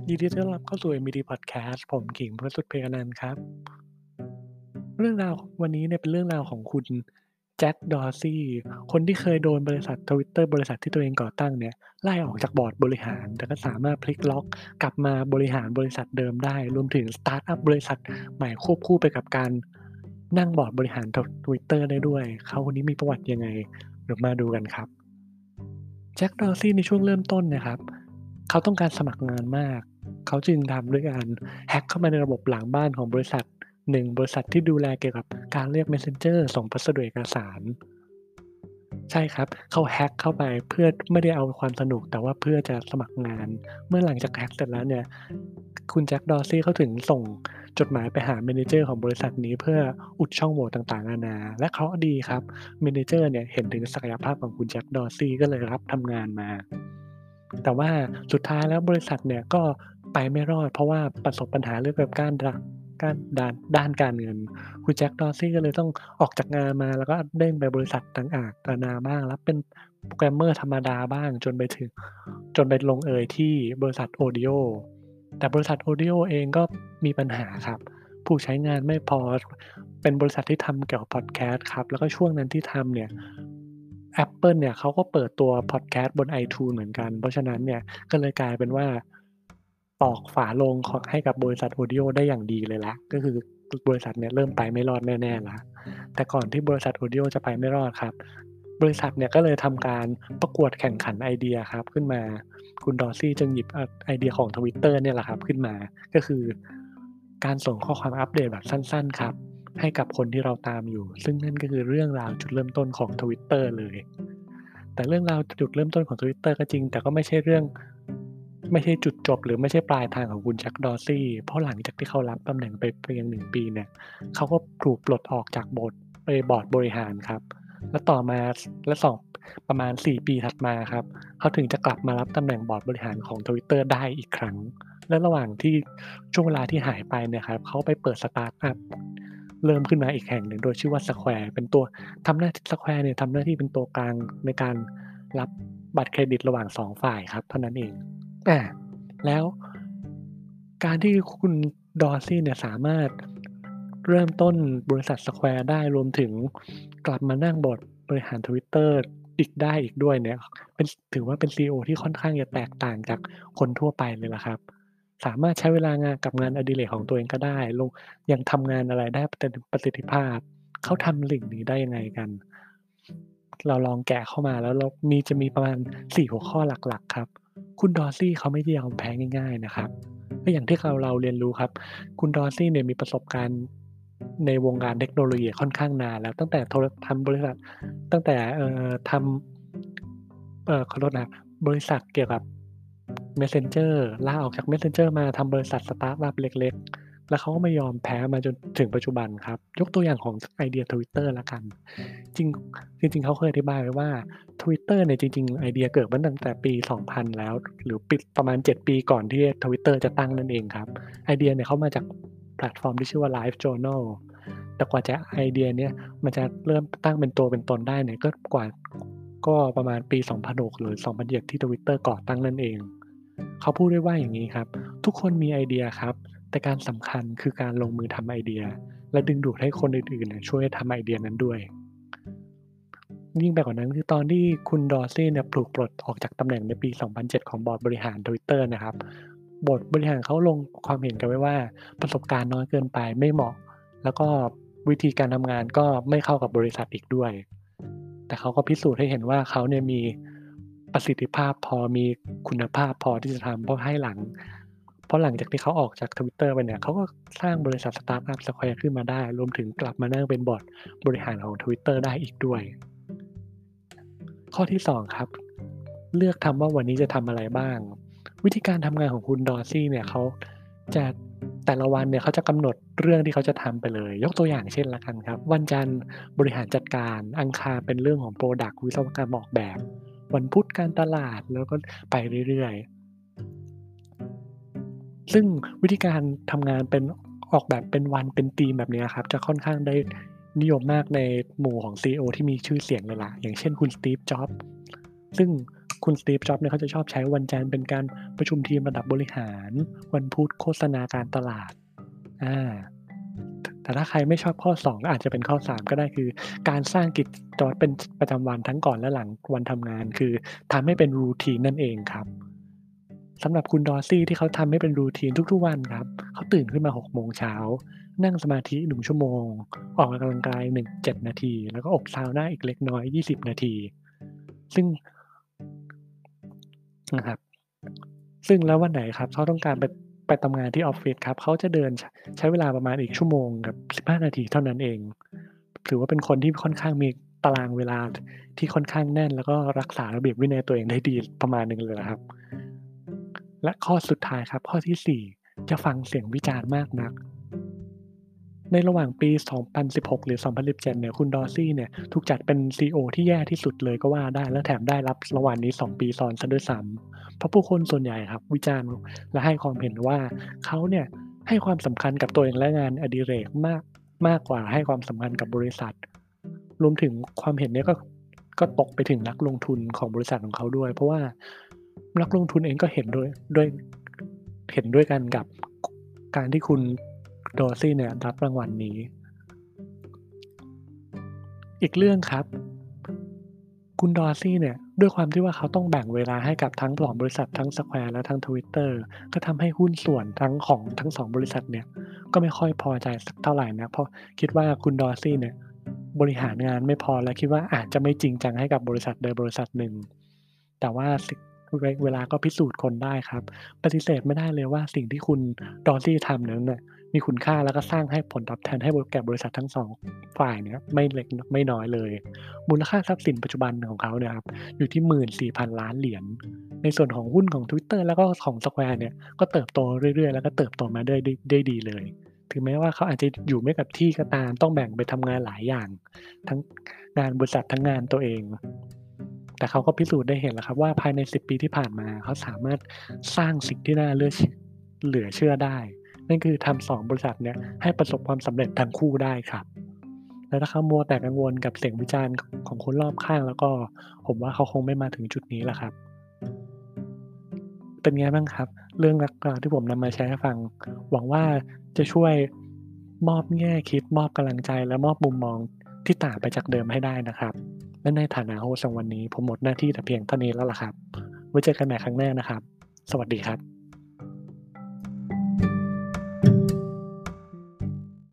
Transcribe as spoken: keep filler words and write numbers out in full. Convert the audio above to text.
ยินดีต้อนรับเข้าสู่ เอ็ม วี ดี Podcast ผมขิง พระสุทธิ์ เพลอนันท์ครับ เรื่องราววันนี้เนี่ยเป็นเรื่องราวของคุณแจ็ค ดอร์ซีย์ คนที่เคยโดนบริษัท Twitter บริษัทที่ตัวเองก่อตั้งเนี่ยไล่ออกจากบอร์ดบริหาร แต่ก็สามารถพลิกล็อกกลับมาบริหารบริษัทเดิมได้ รวมถึงสตาร์ตอัปบริษัทใหม่ควบคู่ไปกับการนั่งบอร์ดบริหาร ท Twitter ได้ด้วย เขาคนนี้มีประวัติยังไง เดี๋ยวมาดูกันครับ แจ็ค ดอร์ซีย์ ในช่วงเริ่มต้นเนี่ยครับ เขาต้องการสมัครงานมาก เขาจึงทำด้วยการ hack เข้ามาในระบบหลังบ้านของบริษัทหนึ่ง บริษัทที่ดูแลเกี่ยวกับการเรียก Messenger ส่งพัสดุเอกสาร ใช่ครับ เขา hack เข้าไปเพื่อ ไม่ได้เอาความสนุก แต่ว่าเพื่อจะสมัครงาน เมื่อหลังจาก hack เสร็จแล้วเนี่ย คุณแจ็ค ดอร์ซีย์ เขาถึงส่งจดหมายไปหา manager ของบริษัทนี้ เพื่ออุดช่องโหว่ต่าง ๆ นานา และเคราะห์ดีครับ manager เนี่ยเห็นถึงศักยภาพของคุณแจ็ค ดอร์ซีย์ ก็เลยรับทำงานมา แต่ว่าสุดท้ายแล้วบริษัทเนี่ยก็ไปไม่รอด เพราะว่าประสบปัญหาเรื่องแบบก้านดะ ก้านดาน ด้านการเงิน คุณแจ็ค ดอร์ซีย์ ก็เลยต้องออกจากงานมา แล้วก็เด้งไปบริษัทต่าง ๆ นานาบ้าง รับเป็นโปรแกรมเมอร์ธรรมดาบ้าง จนไปถึง จนไปลงเอยที่บริษัท Odeo แต่บริษัท Odeo เองก็มีปัญหาครับ ผู้ใช้งานไม่พอ เป็นบริษัทที่ทำเกี่ยวกับพอดแคสต์ครับ แล้วก็ช่วงนั้นที่ทำเนี่ย Apple เนี่ยเขาก็เปิดตัวพอดแคสต์บน iTunes เหมือนกัน เพราะฉะนั้นเนี่ยก็เลยกลายเป็นว่า ตอกฝาโลงของ ให้กับบริษัท Odeo ได้อย่างดีเลยแล้ว ก็คือ บริษัทเนี่ยเริ่มไปไม่รอดแน่ ๆ แล้ว แต่ก่อนที่บริษัท Odeo จะไปไม่รอดครับ บริษัทเนี่ยก็เลยทำการประกวดแข่งขันไอเดียครับขึ้นมา คุณ ดอร์ซีย์ จึงหยิบ อ ไอเดียของ Twitter เนี่ยแหละครับขึ้นมา ก็คือการส่งข้อความอัปเดตแบบสั้น ๆ ครับ ให้กับคนที่เราตามอยู่ ซึ่งนั่นก็คือเรื่องราวจุดเริ่มต้นของ Twitter เลย แต่เรื่องราวจุดเริ่มต้นของ Twitter ก็จริง แต่ก็ไม่ใช่เรื่อง ไม่ใช่จุดจบ หรือไม่ใช่ปลายทางของคุณแจ็ค ดอร์ซีย์ เพราะหลังจากที่เขารับตำแหน่งไปเพียง หนึ่ง ปีเนี่ย เขาก็ถูกปลดออกจากบท เอย บอร์ดบริหารครับ แล้วต่อมา ส และ สอง ประมาณ สี่ ปีถัดมาครับ เขาถึงจะกลับมารับตำแหน่งบอร์ดบริหารของ Twitter ได้อีกครั้ง และระหว่างที่ ช่วงเวลาที่หายไปเนี่ยครับ เขาไปเปิดสตาร์ตอัป เริ่มขึ้นมาอีกแห่งหนึ่ง โดยชื่อว่า Square เป็นตัว ทำหน้า Square เนี่ยทำหน้าที่เป็นตัวกลางในการรับบัตรเครดิตระหว่าง สอง ฝ่ายครับ เท่านั้นเอง อา แล้วการที่คุณ ดอร์ซีย์ เนี่ยสามารถเริ่มต้นบริษัท Square ได้ รวมถึงกลับมานั่งบอร์ดบริหาร Twitter อีกได้อีกด้วยเนี่ย เป็น ส ถือว่าเป็น ซี อี โอ ที่ค่อนข้างจะแตกต่างจากคนทั่วไปเลยล่ะครับ สามารถใช้เวลางานกับงานอดิเรกของตัวเองก็ได้ ลง ยังทำงานอะไรได้เต็มประสิทธิภาพ เขาทำสิ่งนี้ได้ยังไงกัน เราลองแกะเข้ามาแล้วเรามี จะมีประมาณ สี่ หัวข้อหลัก ๆ ครับ คุณ ดอร์ซีย์ เขาไม่ได้ยอมแพ้ง่าย ๆ นะครับ ก็อย่างที่เรา เราเรียนรู้ครับ คุณ ดอร์ซีย์ เนี่ยมีประสบการณ์ในวงการเทคโนโลยีอะค่อนข้างนานแล้ว ตั้งแต่โทร ทำบริษัท ตั้งแต่ เอ่อ ทำ เอ่อ ขอโทษนะครับ บริษัทเกี่ยวกับ Messenger ลาออกจาก Messenger มาทำบริษัทสตาร์ตอัปเล็ก ๆ แล้วเขาก็ไม่ยอมแพ้มาจนถึงปัจจุบันครับ ยกตัวอย่างของ ส ไอเดีย Twitter แล้วกัน จริง จริง ๆ เขาเคยอธิบายไว้ว่า Twitter เนี่ยจริง ๆ ไอเดียเกิดมาตั้งแต่ปี สองพัน แล้ว หรือปิด ประมาณ เจ็ด ปีก่อนที่ Twitter จะตั้งนั่นเองครับ ไอเดียเนี่ยเขามาจากแพลตฟอร์มที่ชื่อว่า LiveJournal แต่กว่าจะ ไอเดียเนี้ยมันจะเริ่มตั้งเป็นตัวเป็นตนได้เนี่ย ก็กว่า ก็ประมาณปี สองพันหก หรือ สองพันเจ็ด ที่ Twitter ก่อตั้งนั่นเอง เขาพูดไว้ว่าอย่างงี้ครับ "ทุกคนมีไอเดียครับ แต่การสำคัญคือการลงมือทำไอเดีย และดึงดูดให้คนอื่น ๆ เนี่ยช่วยทำไอเดียนั้นด้วย" ยิ่งไปกว่านั้น คือตอนที่คุณ ดอร์ซีย์ เนี่ยถูกปลดออกจากตำแหน่งในปี สองพันเจ็ด ของบอร์ดบริหาร Twitter นะครับ บอร์ดบริหารเขาลงความเห็นกันไว้ว่า ประสบการณ์น้อยเกินไป ไม่เหมาะ แล้วก็วิธีการทำงานก็ไม่เข้ากับบริษัทอีกด้วย แต่เขาก็พิสูจน์ให้เห็นว่า เขาเนี่ยมีประสิทธิภาพพอ มีคุณภาพพอที่จะทำ เพราะให้หลัง เพราะหลังจากที่เขาออกจาก Twitter ไปเนี่ย เขาก็สร้างบริษัทสตาร์ตอัป Square ขึ้นมาได้ รวมถึงกลับมานั่งเป็นบอร์ดบริหารของ Twitter ได้อีกด้วย ข้อที่ สอง ครับ เลือกทำว่าวันนี้จะทำอะไรบ้าง วิธีการทำงานของคุณ ดอร์ซีย์ เนี่ยเขาจะ แต่ละวันเนี่ยเขาจะกำหนดเรื่องที่เขาจะทำไปเลย ยกตัวอย่างเช่นแล้วกันครับ วันจันทร์บริหารจัดการ อังคารเป็นเรื่องของ พรอดักต์ วิศวกรรมออกแบบ วันพุธการตลาด แล้วก็ไปเรื่อย ๆ ซึ่งวิธีการทำงานเป็น ออกแบบเป็นวัน เป็นธีมแบบเนี้ยครับ จะค่อนข้างได้นิยมมากในหมู่ของ ซี อี โอ ที่มีชื่อเสียงเลยล่ะ อย่างเช่น คุณ Steve Jobs ซึ่งคุณ Steve Jobs เนี่ยเขาจะชอบใช้วันจันทร์เป็นการประชุมทีมระดับบริหาร วันพุธโฆษณาการตลาด อา แต่ถ้าใครไม่ชอบข้อ สอง ก็อาจจะเป็นข้อ สาม ก็ได้ คือการสร้างกิจวัตรเป็นประจำวันทั้งก่อนและหลังวันทำงาน คือทำให้เป็น routine นั่นเองครับ สำหรับคุณ Dorsey ที่เขาทำให้เป็น routine ทุก ๆ วันครับ เขาตื่นขึ้นมา หก โมงเช้า นั่งสมาธิ หนึ่ง ชั่วโมง ออกกำลังกาย หนึ่ง เจ็ด นาที แล้วก็อบซาวนาอีกเล็กน้อย ยี่สิบ นาที ซึ่ง นะครับ ซึ่งแล้ววันไหนครับเขาต้องการไป ไปทำงานที่ออฟฟิศครับ เขาจะเดิน ช ใช้เวลาประมาณอีกชั่วโมงกับ สิบห้า นาทีเท่านั้นเอง ถือว่าเป็นคนที่ค่อนข้างมีตารางเวลา ท ที่ค่อนข้างแน่น แล้วก็รักษาระเบียบวินัยตัวเองได้ดีประมาณหนึ่งเลยล่ะครับ และข้อสุดท้ายครับ ข้อที่ สี่ จะฟังเสียงวิจารณ์มากนัก ในระหว่างปี สองพันสิบหก หรือ สองพันสิบเจ็ด เนี่ย คุณ Dorsey เนี่ยถูกจัดเป็น ซี อี โอ ที่แย่ที่สุดเลยก็ว่าได้ และแถมได้รับรางวัลนี้ สอง ปีซ้อนเสียด้วยซ้ำ เพราะผู้คนส่วนใหญ่ครับวิจารณ์และให้ความเห็นว่า เขาเนี่ยให้ความสำคัญกับตัวเองและงานอดิเรกมาก มากกว่าให้ความสำคัญกับบริษัท รวมถึงความเห็นเนี้ยก็ ก็ตกไปถึงนักลงทุนของบริษัทของเขาด้วย เพราะว่านักลงทุนเองก็เห็นด้วย ด้วย เห็นด้วยกันกับ การที่คุณ Dorsey เนี่ยรับรางวัลนี้ อีกเรื่องครับ คุณ Dorsey เนี่ยด้วยความที่ว่าเขาต้องแบ่งเวลาให้กับทั้ง สอง บริษัท ทั้ง Square และทั้ง Twitter ก็ทำให้หุ้นส่วนทั้งของทั้ง สอง บริษัทเนี่ยก็ไม่ค่อยพอใจสักเท่าไรนัก เพราะคิดว่าคุณ Dorsey เนี่ยบริหารงานไม่พอ และคิดว่าอาจจะไม่จริงจังให้กับบริษัทใดบริษัทหนึ่ง แต่ว่าสิ เว เวลาก็พิสูจน์คนได้ครับ ปฏิเสธไม่ได้เลยว่าสิ่งที่คุณ Dorsey ทำนั้นน่ะมีคุณค่า แล้วก็สร้างให้ผลตอบแทนให้บริ แก่บริษัททั้ง สอง ฝ่ายเนี่ยไม่เล็ก น ไม่น้อยเลย มูลค่าทรัพย์สินปัจจุบันของเขาเนี่ยครับอยู่ที่ หนึ่งหมื่นสี่พันล้าน เหรียญ ในส่วนของหุ้นของ Twitter แล้วก็ของ Square เนี่ยก็เติบโตเรื่อย ๆ แล้วก็เติบโตมาได้ ได้ ได้ดีเลย ถึงแม้ว่าเขาอาจจะอยู่ไม่กับที่ก็ตาม ต้องแบ่งไปทำงานหลายอย่าง ทั้งงานบริษัท ทั้งงานตัวเอง แต่เขาก็พิสูจน์ได้เห็นแล้วครับว่า ภายใน สิบ ปีที่ผ่านมา เขาสามารถสร้างสิ่งที่น่าเลือ ช เหลือเชื่อได้ นั่นคือทำ สอง บริษัทเนี่ยให้ประสบความสำเร็จทั้งคู่ได้ครับ แล้วถ้าเขามัวแต่กังวลกับเสียงวิจารณ์ ข ของคนรอบข้าง แล้วก็ผมว่าเขาคงไม่มาถึงจุดนี้หรอกครับ เป็นไงบ้างครับ เรื่องราวที่ผมนำมาแชร์ให้ฟัง หวังว่าจะช่วยมอบแง่คิด มอบกำลังใจ และมอบมุมมองที่ต่างไปจากเดิมให้ได้นะครับ และในฐานะ Host ในวันนี้ผมหมดหน้าที่แต่เพียงเท่านี้แล้วล่ะครับ ไว้เจอกันใหม่ครั้งหน้านะครับ สวัสดีครับ